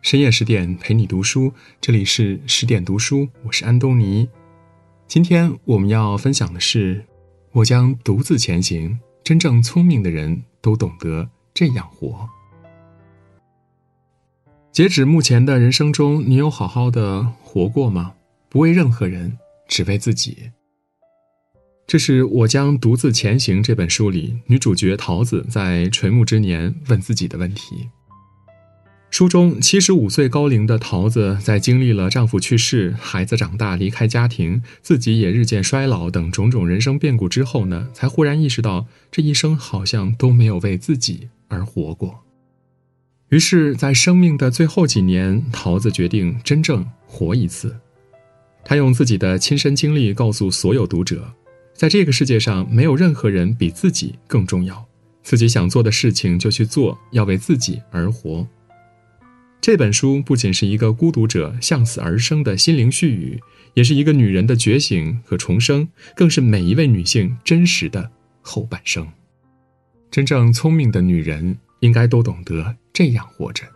深夜10点陪你读书，这里是10点读书，我是安东尼。今天我们要分享的是，我将独自前行，真正聪明的人都懂得这样活。截止目前的人生中，你有好好的活过吗？不为任何人，只为自己。这是我将独自前行这本书里女主角桃子在垂暮之年问自己的问题。书中75岁高龄的桃子在经历了丈夫去世、孩子长大离开家庭、自己也日渐衰老等种种人生变故之后呢，才忽然意识到这一生好像都没有为自己而活过。于是在生命的最后几年，桃子决定真正活一次。她用自己的亲身经历告诉所有读者，在这个世界上没有任何人比自己更重要，自己想做的事情就去做，要为自己而活。这本书不仅是一个孤独者向死而生的心灵絮语，也是一个女人的觉醒和重生，更是每一位女性真实的后半生。真正聪明的女人应该都懂得这样活着。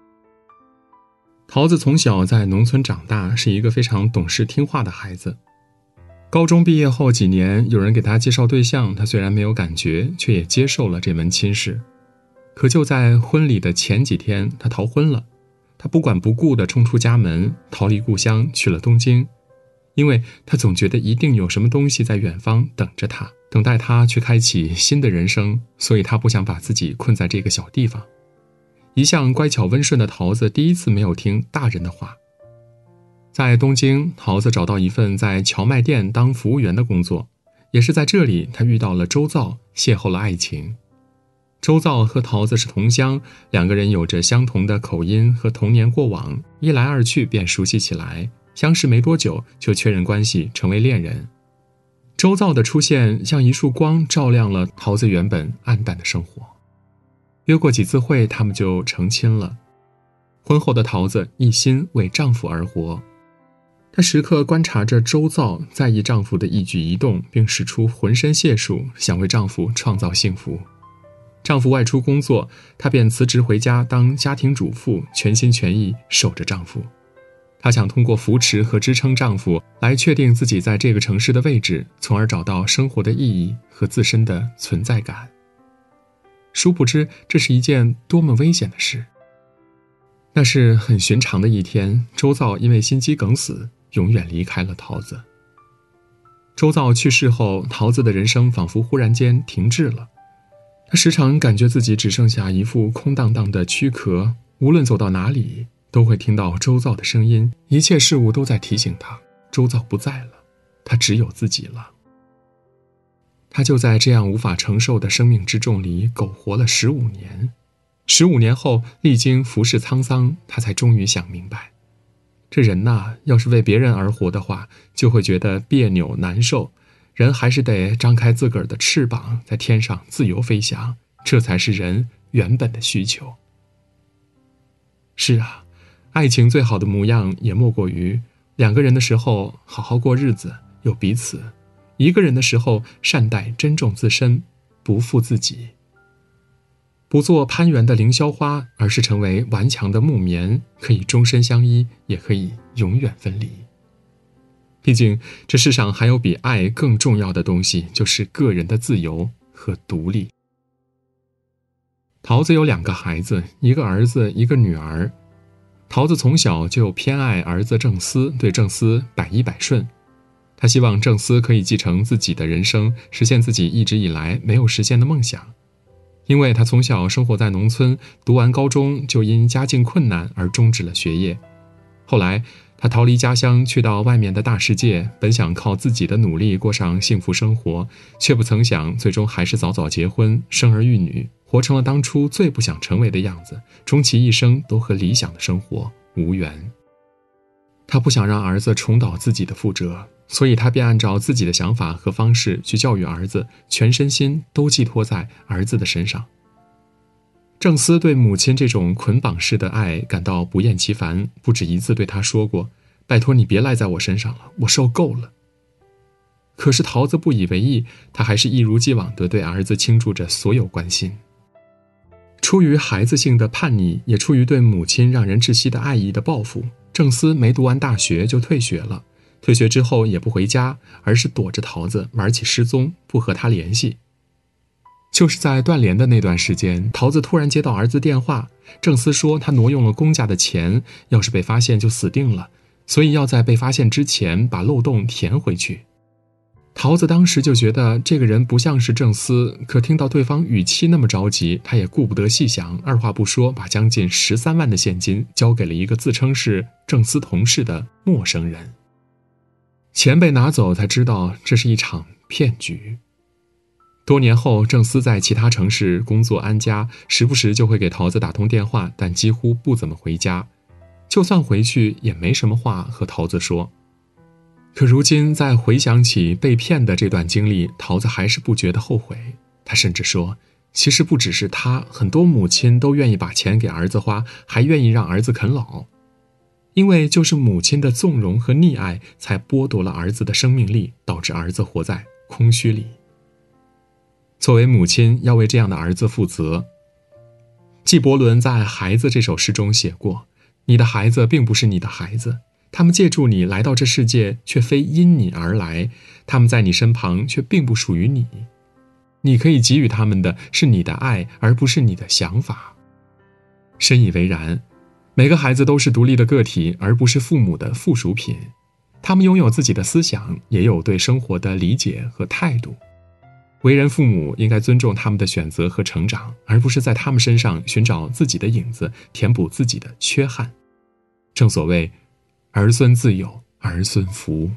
桃子从小在农村长大，是一个非常懂事听话的孩子。高中毕业后几年，有人给她介绍对象，她虽然没有感觉，却也接受了这门亲事。可就在婚礼的前几天，她逃婚了。她不管不顾地冲出家门，逃离故乡，去了东京。因为她总觉得一定有什么东西在远方等着她，等待她去开启新的人生，所以她不想把自己困在这个小地方。一向乖巧温顺的桃子第一次没有听大人的话。在东京，桃子找到一份在荞麦店当服务员的工作，也是在这里她遇到了周造，邂逅了爱情。周造和桃子是同乡，两个人有着相同的口音和童年过往，一来二去便熟悉起来，相识没多久就确认关系，成为恋人。周造的出现像一束光，照亮了桃子原本暗淡的生活。约过几次会，他们就成亲了。婚后的桃子一心为丈夫而活，她时刻观察着周造，在意丈夫的一举一动，并使出浑身解数，想为丈夫创造幸福。丈夫外出工作，她便辞职回家当家庭主妇，全心全意守着丈夫。她想通过扶持和支撑丈夫，来确定自己在这个城市的位置，从而找到生活的意义和自身的存在感。殊不知，这是一件多么危险的事。那是很寻常的一天，周造因为心肌梗死，永远离开了桃子。周造去世后，桃子的人生仿佛忽然间停滞了。她时常感觉自己只剩下一副空荡荡的躯壳，无论走到哪里，都会听到周造的声音，一切事物都在提醒她，周造不在了，她只有自己了。她就在这样无法承受的生命之重里苟活了15年。15年后，历经浮世沧桑，她才终于想明白，这人呐，要是为别人而活的话，就会觉得别扭难受，人还是得张开自个儿的翅膀，在天上自由飞翔，这才是人原本的需求。是啊，爱情最好的模样也莫过于两个人的时候好好过日子，有彼此；一个人的时候善待珍重自身，不负自己。不做攀援的凌霄花，而是成为顽强的木棉，可以终身相依，也可以永远分离。毕竟这世上还有比爱更重要的东西，就是个人的自由和独立。桃子有2个孩子，一个儿子，一个女儿。桃子从小就偏爱儿子正思，对正思百依百顺。他希望正思可以继承自己的人生，实现自己一直以来没有实现的梦想。因为他从小生活在农村，读完高中就因家境困难而终止了学业。后来他逃离家乡，去到外面的大世界，本想靠自己的努力过上幸福生活，却不曾想最终还是早早结婚，生儿育女，活成了当初最不想成为的样子，终其一生都和理想的生活无缘。他不想让儿子重蹈自己的覆辙，所以他便按照自己的想法和方式去教育儿子，全身心都寄托在儿子的身上。正思对母亲这种捆绑式的爱感到不厌其烦，不止一次对他说过，拜托你别赖在我身上了，我受够了。可是桃子不以为意，他还是一如既往地对儿子倾注着所有关心。 出于孩子性的叛逆，也出于对母亲让人窒息的爱意的报复，郑思没读完大学就退学了。退学之后也不回家，而是躲着桃子玩起失踪，不和他联系。就是在断联的那段时间，桃子突然接到儿子电话，郑思说他挪用了公家的钱，要是被发现就死定了，所以要在被发现之前把漏洞填回去。桃子当时就觉得这个人不像是郑思，可听到对方语气那么着急，他也顾不得细想，二话不说把将近13万的现金交给了一个自称是郑思同事的陌生人。钱被拿走才知道这是一场骗局。多年后，郑思在其他城市工作安家，时不时就会给桃子打通电话，但几乎不怎么回家。就算回去也没什么话和桃子说。可如今再回想起被骗的这段经历，桃子还是不觉得后悔。她甚至说，其实不只是她，很多母亲都愿意把钱给儿子花，还愿意让儿子啃老。因为就是母亲的纵容和溺爱，才剥夺了儿子的生命力，导致儿子活在空虚里。作为母亲，要为这样的儿子负责。纪伯伦在《孩子》这首诗中写过，你的孩子并不是你的孩子，他们借助你来到这世界，却非因你而来，他们在你身旁，却并不属于你。你可以给予他们的是你的爱，而不是你的想法。深以为然，每个孩子都是独立的个体，而不是父母的附属品。他们拥有自己的思想，也有对生活的理解和态度。为人父母应该尊重他们的选择和成长，而不是在他们身上寻找自己的影子，填补自己的缺憾。正所谓儿孙自有儿孙福。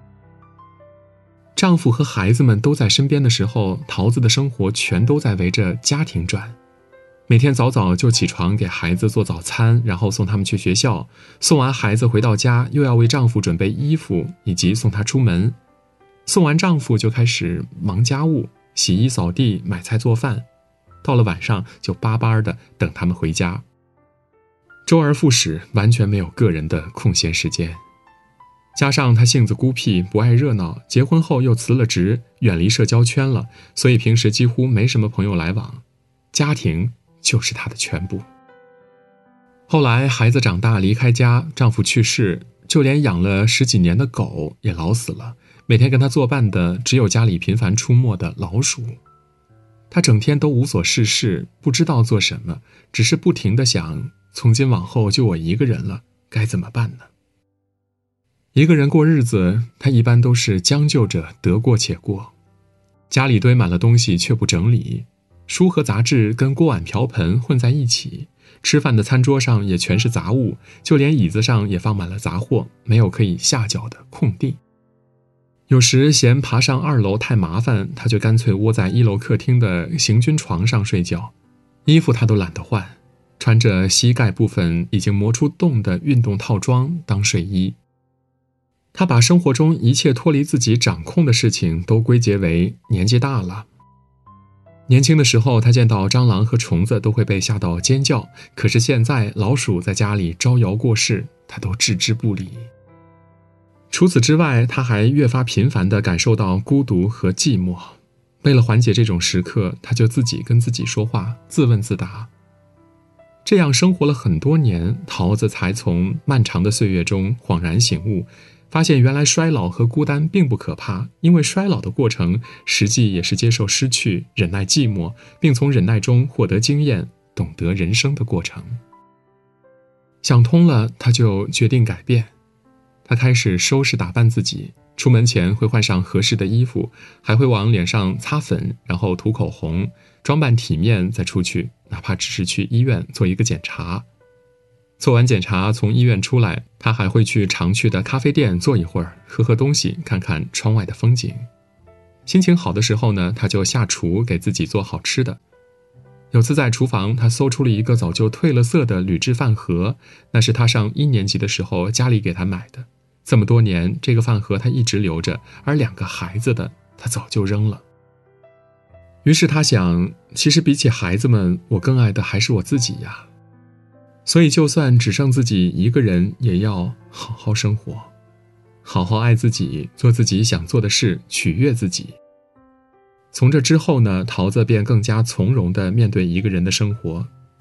丈夫和孩子们都在身边的时候，桃子的生活全都在围着家庭转。每天早早就起床给孩子做早餐，然后送他们去学校，送完孩子回到家，又要为丈夫准备衣服以及送他出门。送完丈夫就开始忙家务，洗衣扫地，买菜做饭，到了晚上就巴巴的等他们回家。周而复始，完全没有个人的空闲时间。加上他性子孤僻，不爱热闹，结婚后又辞了职，远离社交圈了，所以平时几乎没什么朋友来往，家庭就是他的全部。后来孩子长大离开家，丈夫去世，就连养了10几年的狗也老死了，每天跟他作伴的只有家里频繁出没的老鼠。他整天都无所事事，不知道做什么，只是不停地想，从今往后就我一个人了，该怎么办呢？一个人过日子，他一般都是将就着得过且过。家里堆满了东西却不整理，书和杂志跟锅碗瓢盆混在一起，吃饭的餐桌上也全是杂物，就连椅子上也放满了杂货，没有可以下脚的空地。有时嫌爬上2楼太麻烦，他就干脆窝在1楼客厅的行军床上睡觉，衣服他都懒得换，穿着膝盖部分已经磨出洞的运动套装当睡衣。他把生活中一切脱离自己掌控的事情都归结为年纪大了。年轻的时候，他见到蟑螂和虫子都会被吓到尖叫，可是现在老鼠在家里招摇过市，他都置之不理。除此之外，他还越发频繁地感受到孤独和寂寞。为了缓解这种时刻，他就自己跟自己说话，自问自答。这样生活了很多年，桃子才从漫长的岁月中恍然醒悟，发现原来衰老和孤单并不可怕，因为衰老的过程实际也是接受失去，忍耐寂寞，并从忍耐中获得经验，懂得人生的过程。想通了，他就决定改变。他开始收拾打扮自己，出门前会换上合适的衣服，还会往脸上擦粉，然后涂口红，装扮体面再出去，哪怕只是去医院做一个检查。做完检查从医院出来，他还会去常去的咖啡店坐一会儿，喝喝东西，看看窗外的风景。心情好的时候呢，他就下厨给自己做好吃的。有次在厨房，他搜出了一个早就褪了色的铝制饭盒，那是他上1年级的时候家里给他买的。这么多年，这个饭盒他一直留着，而2个孩子的他早就扔了。于是他想，其实比起孩子们，我更爱的还是我自己呀。所以就算只剩自己一个人，也要好好生活，好好爱自己，做自己想做的事，取悦自己。从这之后呢，桃子便更加从容地面对一个人的生活，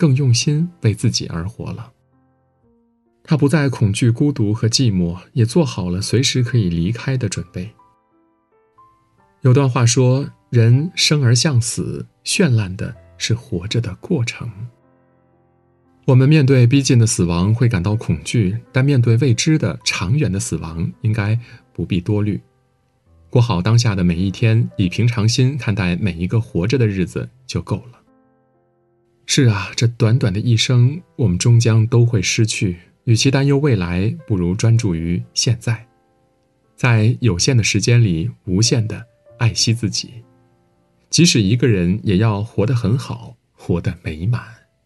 更用心为自己而活了。他不再恐惧孤独和寂寞，也做好了随时可以离开的准备。有段话说，人生而向死，绚烂的是活着的过程。我们面对逼近的死亡会感到恐惧，但面对未知的长远的死亡，应该不必多虑。过好当下的每一天，以平常心看待每一个活着的日子就够了。是啊，这短短的一生，我们终将都会失去，与其担忧未来，不如专注于现在，在有限的时间里无限地爱惜自己，即使一个人也要活得很好，活得美满。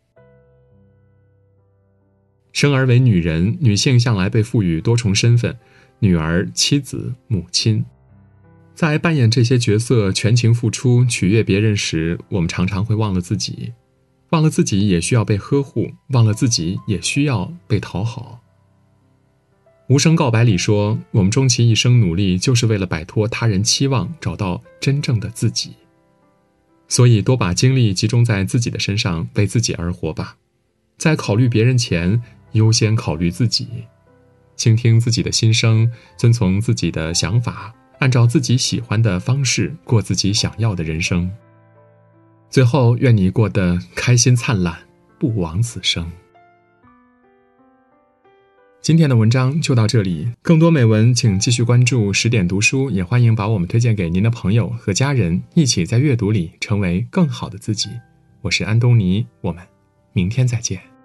生而为女人，女性向来被赋予多重身份，女儿、妻子、母亲。在扮演这些角色全情付出取悦别人时，我们常常会忘了自己，忘了自己也需要被呵护，忘了自己也需要被讨好。无声告白里说，我们终其一生努力，就是为了摆脱他人期望，找到真正的自己。所以多把精力集中在自己的身上，为自己而活吧。在考虑别人前，优先考虑自己，倾听自己的心声，遵从自己的想法，按照自己喜欢的方式过自己想要的人生。最后，愿你过得开心灿烂，不枉此生。今天的文章就到这里，更多美文请继续关注10点读书，也欢迎把我们推荐给您的朋友和家人，一起在阅读里成为更好的自己。我是安东尼，我们明天再见。